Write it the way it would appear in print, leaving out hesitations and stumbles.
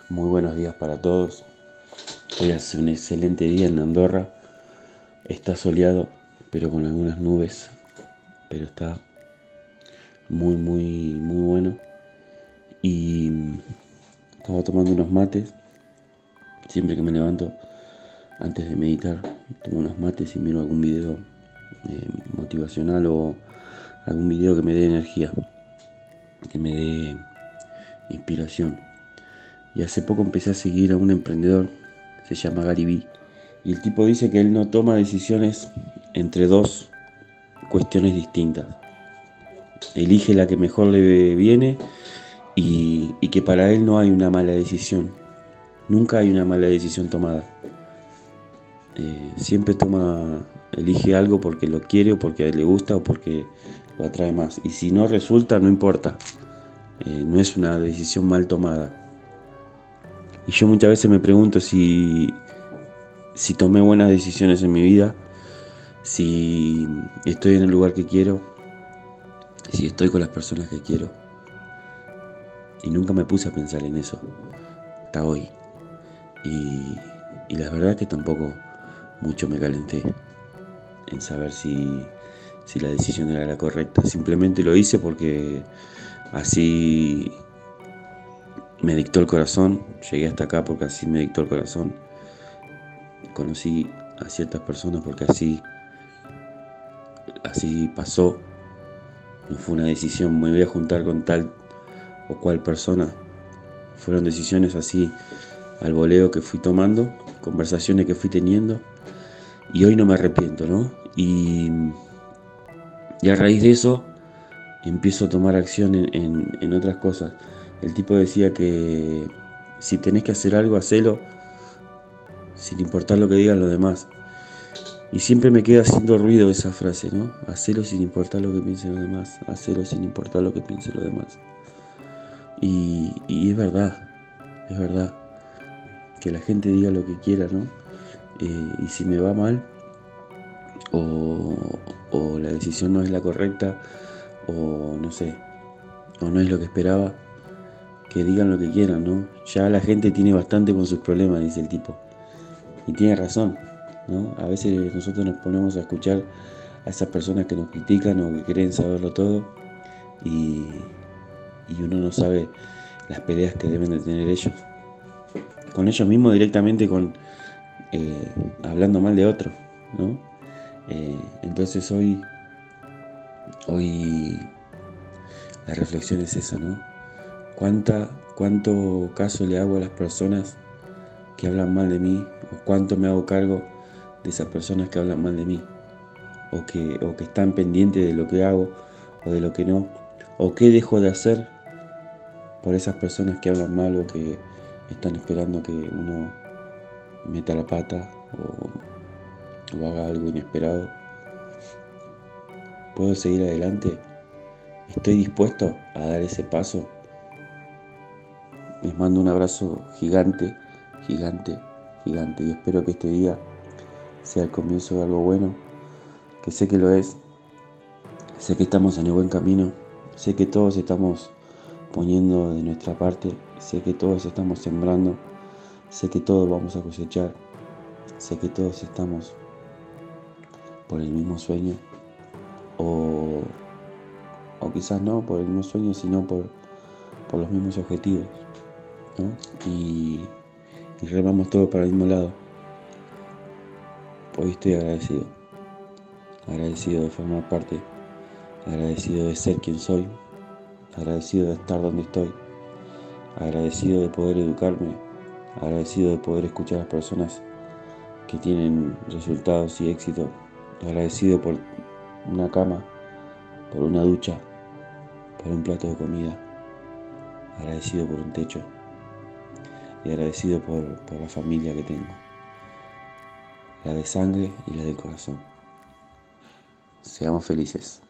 Muy buenos días para todos. Hoy hace un excelente día en Andorra. Está soleado, pero con algunas nubes. Pero está muy bueno. Y estaba tomando unos mates. Siempre que me levanto, antes de meditar, tomo unos mates y miro algún video motivacional o algún video que me dé energía, que me dé inspiración. Y hace poco empecé a seguir a un emprendedor, se llama Gary Vee. Y el tipo dice que él no toma decisiones entre dos cuestiones distintas. Elige la que mejor le viene y que para él no hay una mala decisión. Nunca hay una mala decisión tomada. Siempre elige algo porque lo quiere o porque le gusta o porque lo atrae más. Y si no resulta, no importa. No es una decisión mal tomada. Y yo muchas veces me pregunto si tomé buenas decisiones en mi vida, si estoy en el lugar que quiero, si estoy con las personas que quiero. Y nunca me puse a pensar en eso, hasta hoy. Y la verdad es que tampoco mucho me calenté en saber si la decisión era la correcta. Simplemente lo hice porque así me dictó el corazón. Llegué hasta acá porque así me dictó el corazón. Conocí a ciertas personas porque así pasó. No fue una decisión, me voy a juntar con tal o cual persona. Fueron decisiones así al voleo que fui tomando, conversaciones que fui teniendo, y hoy no me arrepiento, ¿no? Y a raíz de eso empiezo a tomar acción en otras cosas. El tipo decía que si tenés que hacer algo, hacelo sin importar lo que digan los demás. Y siempre me queda haciendo ruido esa frase, ¿no? Hacelo sin importar lo que piensen los demás, hacelo sin importar lo que piensen los demás. Y es verdad, que la gente diga lo que quiera, ¿no? Y si me va mal, o, o la decisión no es la correcta, o no sé, o no es lo que esperaba, que digan lo que quieran, ¿no? Ya la gente tiene bastante con sus problemas, dice el tipo. Y tiene razón, ¿no? A veces nosotros nos ponemos a escuchar a esas personas que nos critican o que quieren saberlo todo y, y uno no sabe las peleas que deben de tener ellos. Con ellos mismos directamente eh, hablando mal de otro, ¿no? Entonces hoy la reflexión es esa, ¿no? ¿Cuánto caso le hago a las personas que hablan mal de mí? ¿O cuánto me hago cargo de esas personas que hablan mal de mí? ¿O que están pendientes de lo que hago o de lo que no? ¿O qué dejo de hacer por esas personas que hablan mal o que están esperando que uno meta la pata o haga algo inesperado? ¿Puedo seguir adelante? ¿Estoy dispuesto a dar ese paso? Les mando un abrazo gigante, gigante, gigante y espero que este día sea el comienzo de algo bueno, que sé que lo es, sé que estamos en el buen camino, sé que todos estamos poniendo de nuestra parte, sé que todos estamos sembrando, sé que todos vamos a cosechar, sé que todos estamos por el mismo sueño o, o quizás no por el mismo sueño, sino por los mismos objetivos, ¿no? Y remamos todo para el mismo lado. Hoy estoy agradecido de formar parte, agradecido de ser quien soy, agradecido de estar donde estoy, agradecido de poder educarme, agradecido de poder escuchar a las personas que tienen resultados y éxito, agradecido por una cama, por una ducha, por un plato de comida, agradecido por un techo y agradecido por la familia que tengo, la de sangre y la del corazón. Seamos felices.